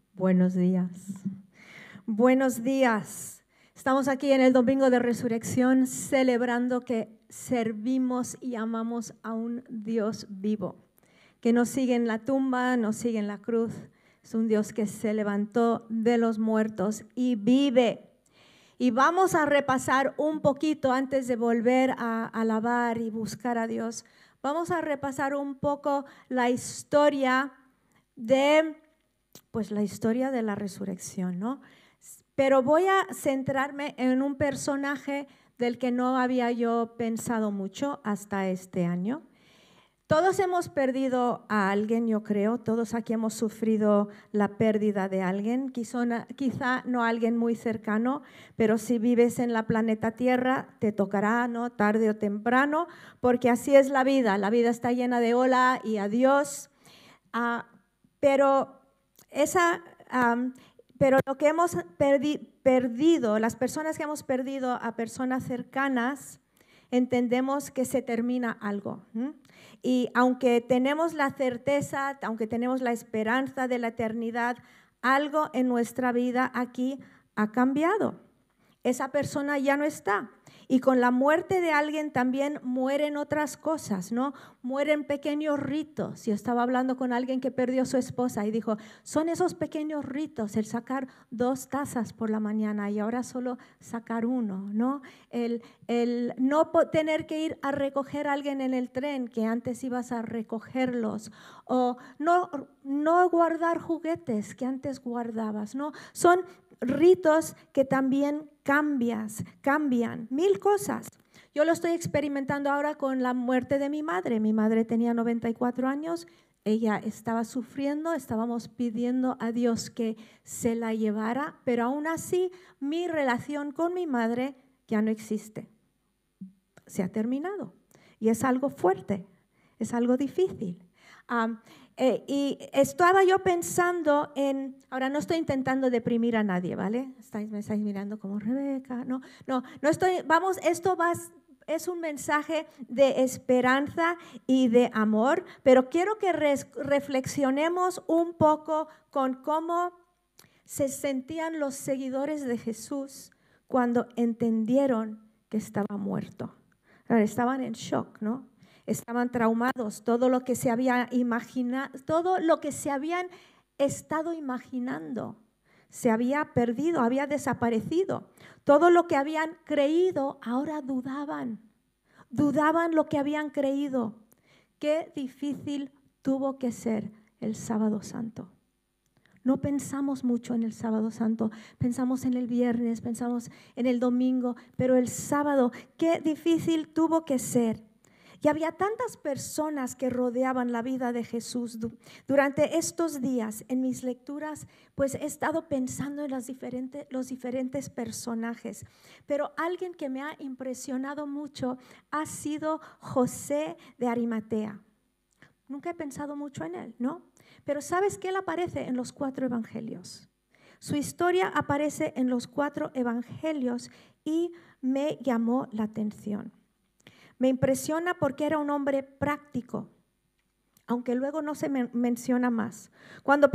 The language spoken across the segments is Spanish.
Buenos días. Buenos días. Estamos aquí en el Domingo de Resurrección celebrando que servimos y amamos a un Dios vivo, que nos sigue en la tumba, nos sigue en la cruz. Es un Dios que se levantó de los muertos y vive. Y vamos a repasar un poquito antes de volver a alabar y buscar a Dios. Vamos a repasar un poco la historia de la resurrección, ¿no? Pero voy a centrarme en un personaje del que no había yo pensado mucho hasta este año. Todos hemos perdido a alguien, yo creo, todos aquí hemos sufrido la pérdida de alguien, quizá no alguien muy cercano, pero si vives en la planeta Tierra te tocará, ¿no? Tarde o temprano, porque así es la vida está llena de hola y adiós, pero lo que hemos perdido, las personas que hemos perdido a personas cercanas, entendemos que se termina algo. Y aunque tenemos la certeza, aunque tenemos la esperanza de la eternidad, algo en nuestra vida aquí ha cambiado. Esa persona ya no está. Y con la muerte de alguien también mueren otras cosas, ¿no? Mueren pequeños ritos. Yo estaba hablando con alguien que perdió a su esposa y dijo, son esos pequeños ritos, el sacar 2 tazas por la mañana y ahora solo sacar 1, ¿no? El no tener que ir a recoger a alguien en el tren, que antes ibas a recogerlos, o no guardar juguetes que antes guardabas, ¿no? Son ritos que también cambian 1000 cosas. Yo lo estoy experimentando ahora con la muerte de mi madre. Mi madre tenía 94 años, ella estaba sufriendo, estábamos pidiendo a Dios que se la llevara, pero aún así mi relación con mi madre ya no existe. Se ha terminado y es algo fuerte, es algo difícil. Y estaba yo pensando ahora no estoy intentando deprimir a nadie, ¿vale? Me estáis mirando como Rebeca, no estoy, es un mensaje de esperanza y de amor, pero quiero que reflexionemos un poco con cómo se sentían los seguidores de Jesús cuando entendieron que estaba muerto. Estaban en shock, ¿no? Estaban traumados, todo lo que se había imaginado, todo lo que se habían estado imaginando se había perdido, había desaparecido. Todo lo que habían creído, ahora dudaban lo que habían creído. Qué difícil tuvo que ser el Sábado Santo. No pensamos mucho en el Sábado Santo, pensamos en el viernes, pensamos en el domingo, pero el sábado, qué difícil tuvo que ser. Y había tantas personas que rodeaban la vida de Jesús. Durante estos días, en mis lecturas, pues he estado pensando en los diferentes personajes. Pero alguien que me ha impresionado mucho ha sido José de Arimatea. Nunca he pensado mucho en él, ¿no? Pero ¿sabes que él aparece en los 4 evangelios? Su historia aparece en los 4 evangelios y me llamó la atención. Me impresiona porque era un hombre práctico, aunque luego no se menciona más. Cuando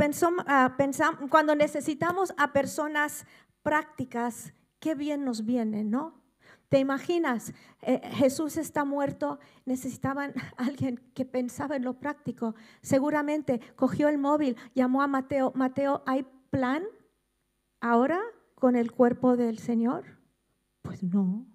necesitamos a personas prácticas, qué bien nos viene, ¿no? ¿Te imaginas? Jesús está muerto, necesitaban a alguien que pensaba en lo práctico. Seguramente cogió el móvil, llamó a Mateo. Mateo, ¿hay plan ahora con el cuerpo del Señor? Pues no.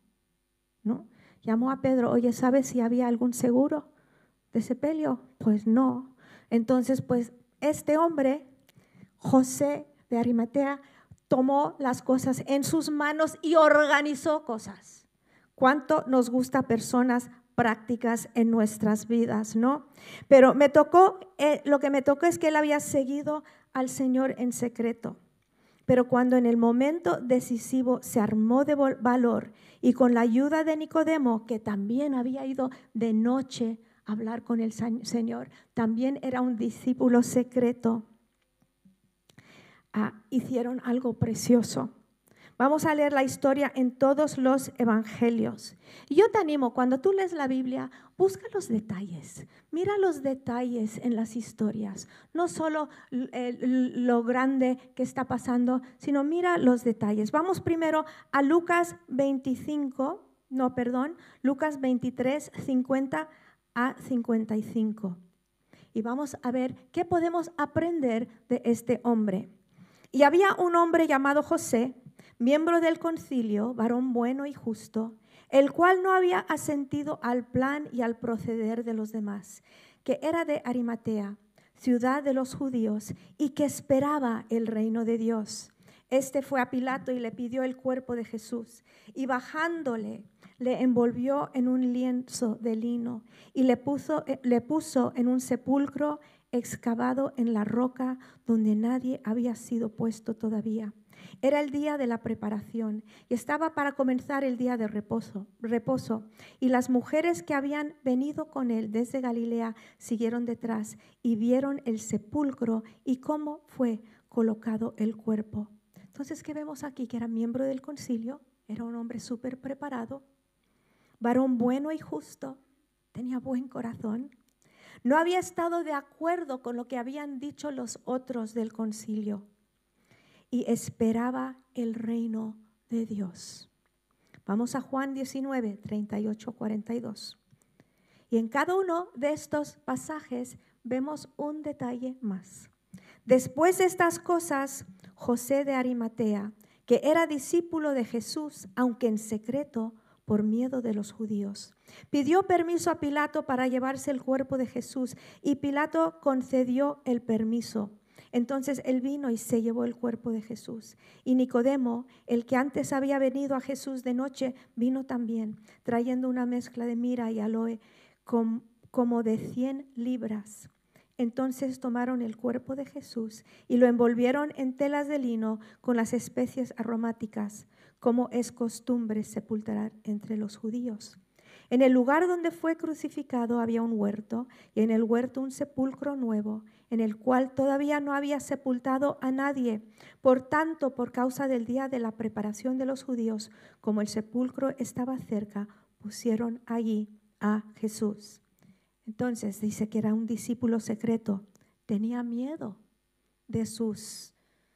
Llamó a Pedro, oye, ¿sabes si había algún seguro de sepelio? Pues no. Entonces, pues este hombre, José de Arimatea, tomó las cosas en sus manos y organizó cosas. ¿Cuánto nos gusta personas prácticas en nuestras vidas, no? Pero lo que me tocó es que él había seguido al Señor en secreto. Pero cuando en el momento decisivo se armó de valor y con la ayuda de Nicodemo, que también había ido de noche a hablar con el Señor, también era un discípulo secreto, hicieron algo precioso. Vamos a leer la historia en todos los evangelios. Y yo te animo, cuando tú lees la Biblia, busca los detalles. Mira los detalles en las historias. No solo lo grande que está pasando, sino mira los detalles. Vamos primero a Lucas 23, 50 a 55. Y vamos a ver qué podemos aprender de este hombre. Y había un hombre llamado José, miembro del concilio, varón bueno y justo, el cual no había asentido al plan y al proceder de los demás, que era de Arimatea, ciudad de los judíos, y que esperaba el reino de Dios. Este fue a Pilato y le pidió el cuerpo de Jesús, y bajándole, le envolvió en un lienzo de lino y le puso en un sepulcro excavado en la roca donde nadie había sido puesto todavía. Era el día de la preparación y estaba para comenzar el día de reposo. Y las mujeres que habían venido con él desde Galilea siguieron detrás y vieron el sepulcro y cómo fue colocado el cuerpo. Entonces, ¿qué vemos aquí? Que era miembro del concilio, era un hombre súper preparado, varón bueno y justo, tenía buen corazón. No había estado de acuerdo con lo que habían dicho los otros del concilio y esperaba el reino de Dios. Vamos a Juan 19, 38, 42. Y en cada uno de estos pasajes vemos un detalle más. Después de estas cosas, José de Arimatea, que era discípulo de Jesús, aunque en secreto, por miedo de los judíos, pidió permiso a Pilato para llevarse el cuerpo de Jesús, y Pilato concedió el permiso. Entonces él vino y se llevó el cuerpo de Jesús. Y Nicodemo, el que antes había venido a Jesús de noche, vino también, trayendo una mezcla de mirra y aloe como de 100 libras. Entonces tomaron el cuerpo de Jesús y lo envolvieron en telas de lino con las especies aromáticas, como es costumbre sepultar entre los judíos. En el lugar donde fue crucificado había un huerto, y en el huerto un sepulcro nuevo, en el cual todavía no había sepultado a nadie. Por tanto, por causa del día de la preparación de los judíos, como el sepulcro estaba cerca, pusieron allí a Jesús. Entonces dice que era un discípulo secreto, tenía miedo de sus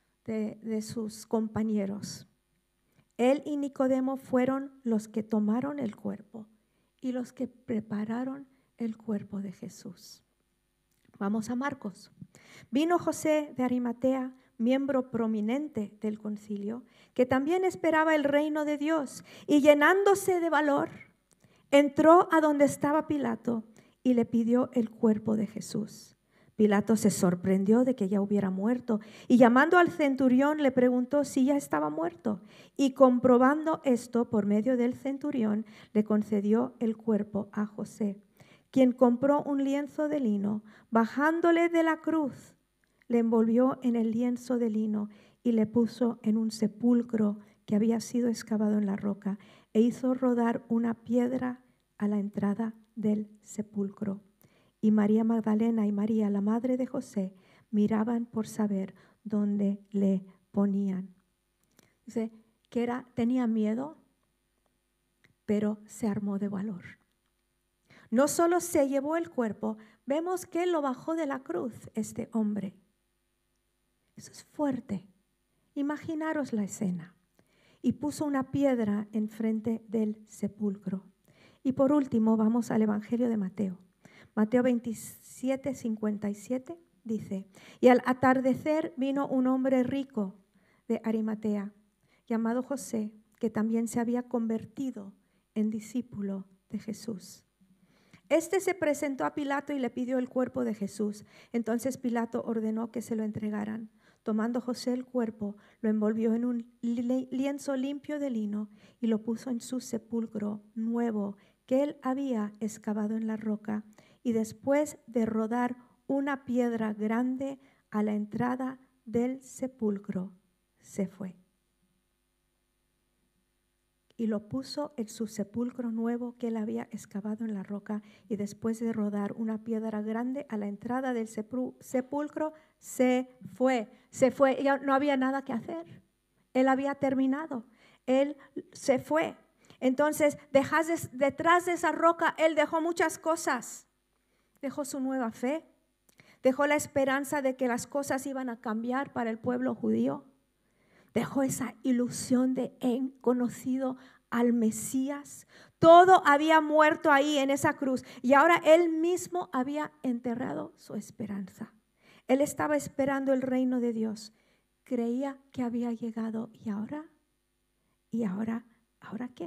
compañeros. Él y Nicodemo fueron los que tomaron el cuerpo y los que prepararon el cuerpo de Jesús. Vamos a Marcos. Vino José de Arimatea, miembro prominente del concilio, que también esperaba el reino de Dios, y llenándose de valor, entró a donde estaba Pilato y le pidió el cuerpo de Jesús. Pilato se sorprendió de que ya hubiera muerto y llamando al centurión le preguntó si ya estaba muerto, y comprobando esto por medio del centurión le concedió el cuerpo a José, quien compró un lienzo de lino, bajándole de la cruz, le envolvió en el lienzo de lino y le puso en un sepulcro que había sido excavado en la roca, e hizo rodar una piedra a la entrada del sepulcro. Y María Magdalena y María, la madre de José, miraban por saber dónde le ponían. Dice que tenía miedo, pero se armó de valor. No solo se llevó el cuerpo, vemos que lo bajó de la cruz este hombre. Eso es fuerte. Imaginaros la escena. Y puso una piedra enfrente del sepulcro. Y por último vamos al Evangelio de Mateo. Mateo 27, 57 dice: y al atardecer vino un hombre rico de Arimatea, llamado José, que también se había convertido en discípulo de Jesús. Este se presentó a Pilato y le pidió el cuerpo de Jesús. Entonces Pilato ordenó que se lo entregaran. Tomando José el cuerpo, lo envolvió en un lienzo limpio de lino y lo puso en su sepulcro nuevo que él había excavado en la roca. Y después de rodar una piedra grande a la entrada del sepulcro, se fue. Y lo puso en su sepulcro nuevo que él había excavado en la roca. Y después de rodar una piedra grande a la entrada del sepulcro, se fue. Se fue. Ya no había nada que hacer. Él había terminado. Él se fue. Entonces, detrás de esa roca, Él dejó muchas cosas. Dejó su nueva fe. Dejó la esperanza de que las cosas iban a cambiar para el pueblo judío. Dejó esa ilusión de he conocido al Mesías. Todo había muerto ahí en esa cruz. Y ahora Él mismo había enterrado su esperanza. Él estaba esperando el reino de Dios. Creía que había llegado. ¿Y ahora? ¿Ahora qué?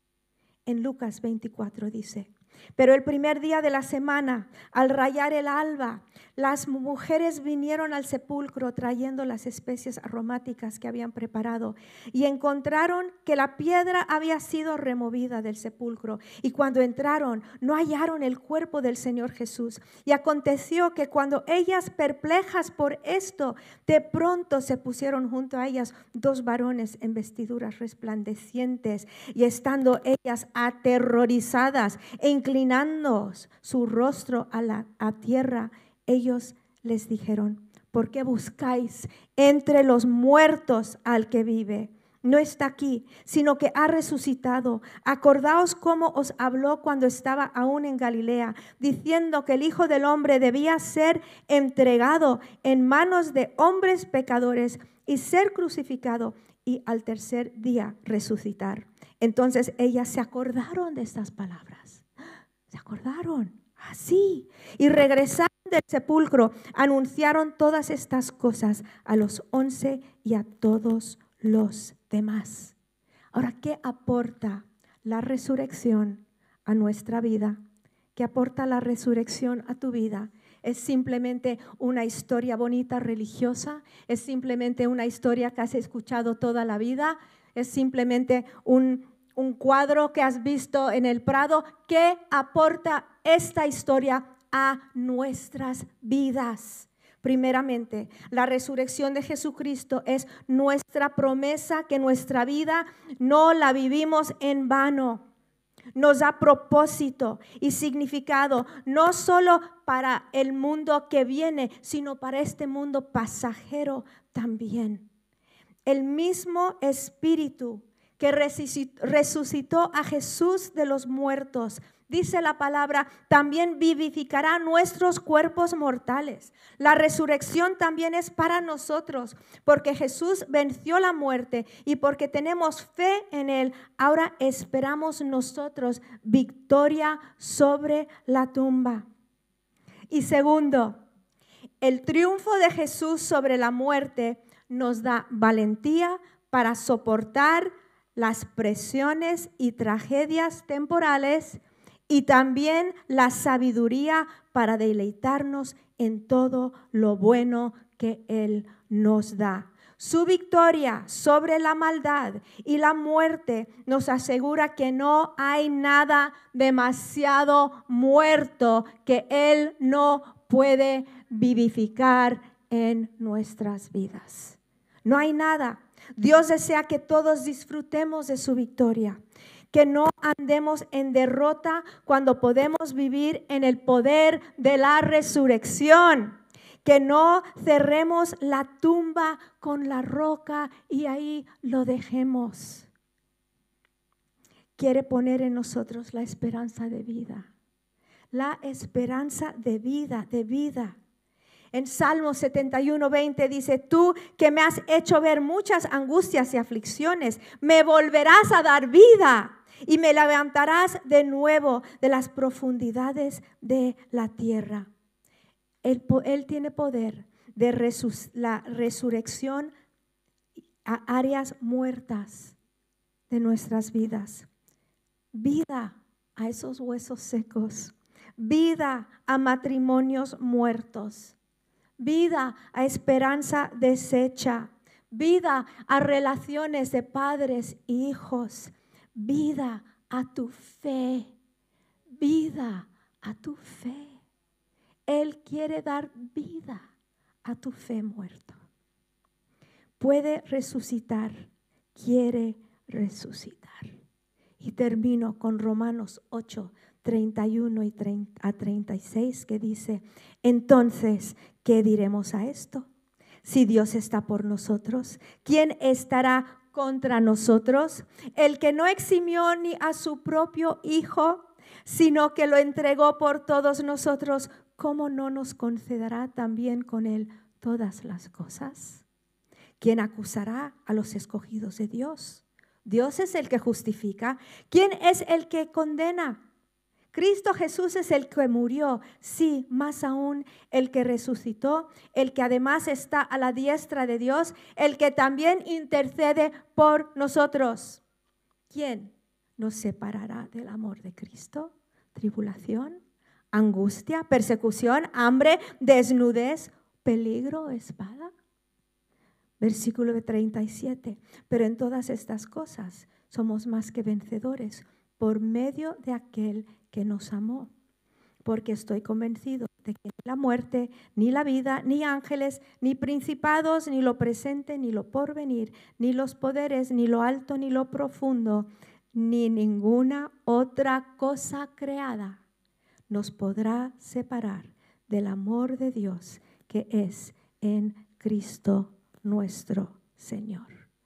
En Lucas 24 dice: pero el primer día de la semana, al rayar el alba, las mujeres vinieron al sepulcro trayendo las especies aromáticas que habían preparado y encontraron que la piedra había sido removida del sepulcro. Y cuando entraron, no hallaron el cuerpo del Señor Jesús. Y aconteció que cuando ellas, perplejas por esto, de pronto se pusieron junto a ellas 2 varones en vestiduras resplandecientes, y estando ellas aterrorizadas e inclinando su rostro a tierra, ellos les dijeron: ¿por qué buscáis entre los muertos al que vive? No está aquí, sino que ha resucitado. Acordaos cómo os habló cuando estaba aún en Galilea, diciendo que el Hijo del Hombre debía ser entregado en manos de hombres pecadores y ser crucificado y al tercer día resucitar. Entonces ellas se acordaron de estas palabras. Se acordaron así y regresaron del sepulcro, anunciaron todas estas cosas a los 11 y a todos los demás. Ahora, ¿qué aporta la resurrección a nuestra vida? ¿Qué aporta la resurrección a tu vida? ¿Es simplemente una historia bonita religiosa? ¿Es simplemente una historia que has escuchado toda la vida? ¿Es simplemente un cuadro que has visto en el Prado? ¿Qué aporta esta historia a nuestras vidas? Primeramente, la resurrección de Jesucristo es nuestra promesa que nuestra vida no la vivimos en vano. Nos da propósito y significado, no solo para el mundo que viene, sino para este mundo pasajero también. El mismo Espíritu que resucitó a Jesús de los muertos, dice la palabra, también vivificará nuestros cuerpos mortales. La resurrección también es para nosotros, porque Jesús venció la muerte y porque tenemos fe en Él, ahora esperamos nosotros victoria sobre la tumba. Y segundo, el triunfo de Jesús sobre la muerte nos da valentía para soportar las presiones y tragedias temporales y también la sabiduría para deleitarnos en todo lo bueno que Él nos da. Su victoria sobre la maldad y la muerte nos asegura que no hay nada demasiado muerto que Él no puede vivificar en nuestras vidas. No hay nada. Dios desea que todos disfrutemos de su victoria, que no andemos en derrota cuando podemos vivir en el poder de la resurrección, que no cerremos la tumba con la roca y ahí lo dejemos. Quiere poner en nosotros la esperanza de vida, la esperanza de vida, de vida. En Salmo 71:20 dice: tú que me has hecho ver muchas angustias y aflicciones, me volverás a dar vida y me levantarás de nuevo de las profundidades de la tierra. Él tiene poder de la resurrección a áreas muertas de nuestras vidas. Vida a esos huesos secos, vida a matrimonios muertos, vida a esperanza deshecha, vida a relaciones de padres e hijos, vida a tu fe, vida a tu fe. Él quiere dar vida a tu fe muerto. Puede resucitar, quiere resucitar. Y termino con Romanos 8:31 a 36, que dice: entonces, ¿qué diremos a esto? Si Dios está por nosotros, ¿quién estará contra nosotros? El que no eximió ni a su propio Hijo, sino que lo entregó por todos nosotros, ¿cómo no nos concederá también con Él todas las cosas? ¿Quién acusará a los escogidos de Dios? Dios es el que justifica. ¿Quién es el que condena? Cristo Jesús es el que murió, sí, más aún el que resucitó, el que además está a la diestra de Dios, el que también intercede por nosotros. ¿Quién nos separará del amor de Cristo? ¿Tribulación, angustia, persecución, hambre, desnudez, peligro, espada? Versículo 37. Pero en todas estas cosas somos más que vencedores por medio de aquel que nos amó. Porque estoy convencido de que ni la muerte, ni la vida, ni ángeles, ni principados, ni lo presente, ni lo porvenir, ni los poderes, ni lo alto, ni lo profundo, ni ninguna otra cosa creada nos podrá separar del amor de Dios que es en Cristo nuestro Señor.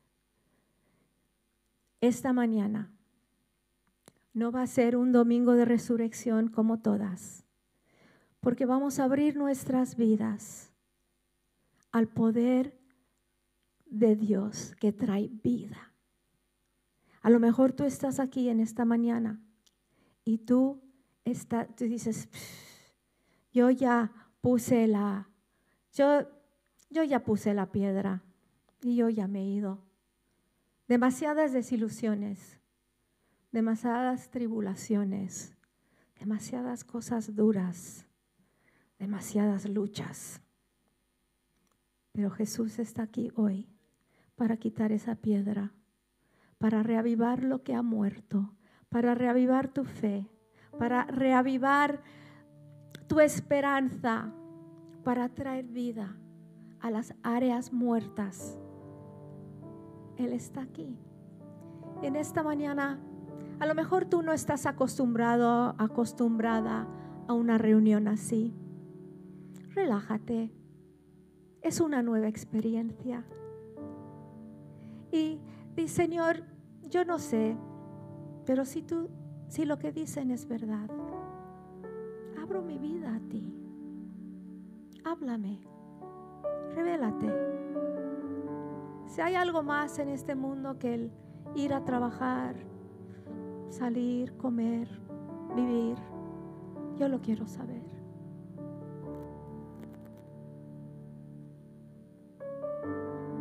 Esta mañana no va a ser un domingo de resurrección como todas, porque vamos a abrir nuestras vidas al poder de Dios que trae vida. A lo mejor tú estás aquí en esta mañana y tú dices, yo ya puse la piedra y yo ya me he ido. Demasiadas desilusiones, demasiadas tribulaciones, demasiadas cosas duras, demasiadas luchas. Pero Jesús está aquí hoy para quitar esa piedra, para reavivar lo que ha muerto, para reavivar tu fe, para reavivar tu esperanza, para traer vida a las áreas muertas. Él está aquí. En esta mañana, a lo mejor tú no estás acostumbrada a una reunión así. Relájate. Es una nueva experiencia. Y Señor, yo no sé, pero si lo que dicen es verdad, abro mi vida a ti. Háblame. Revélate. Si hay algo más en este mundo que el ir a trabajar, salir, comer, vivir, yo lo quiero saber.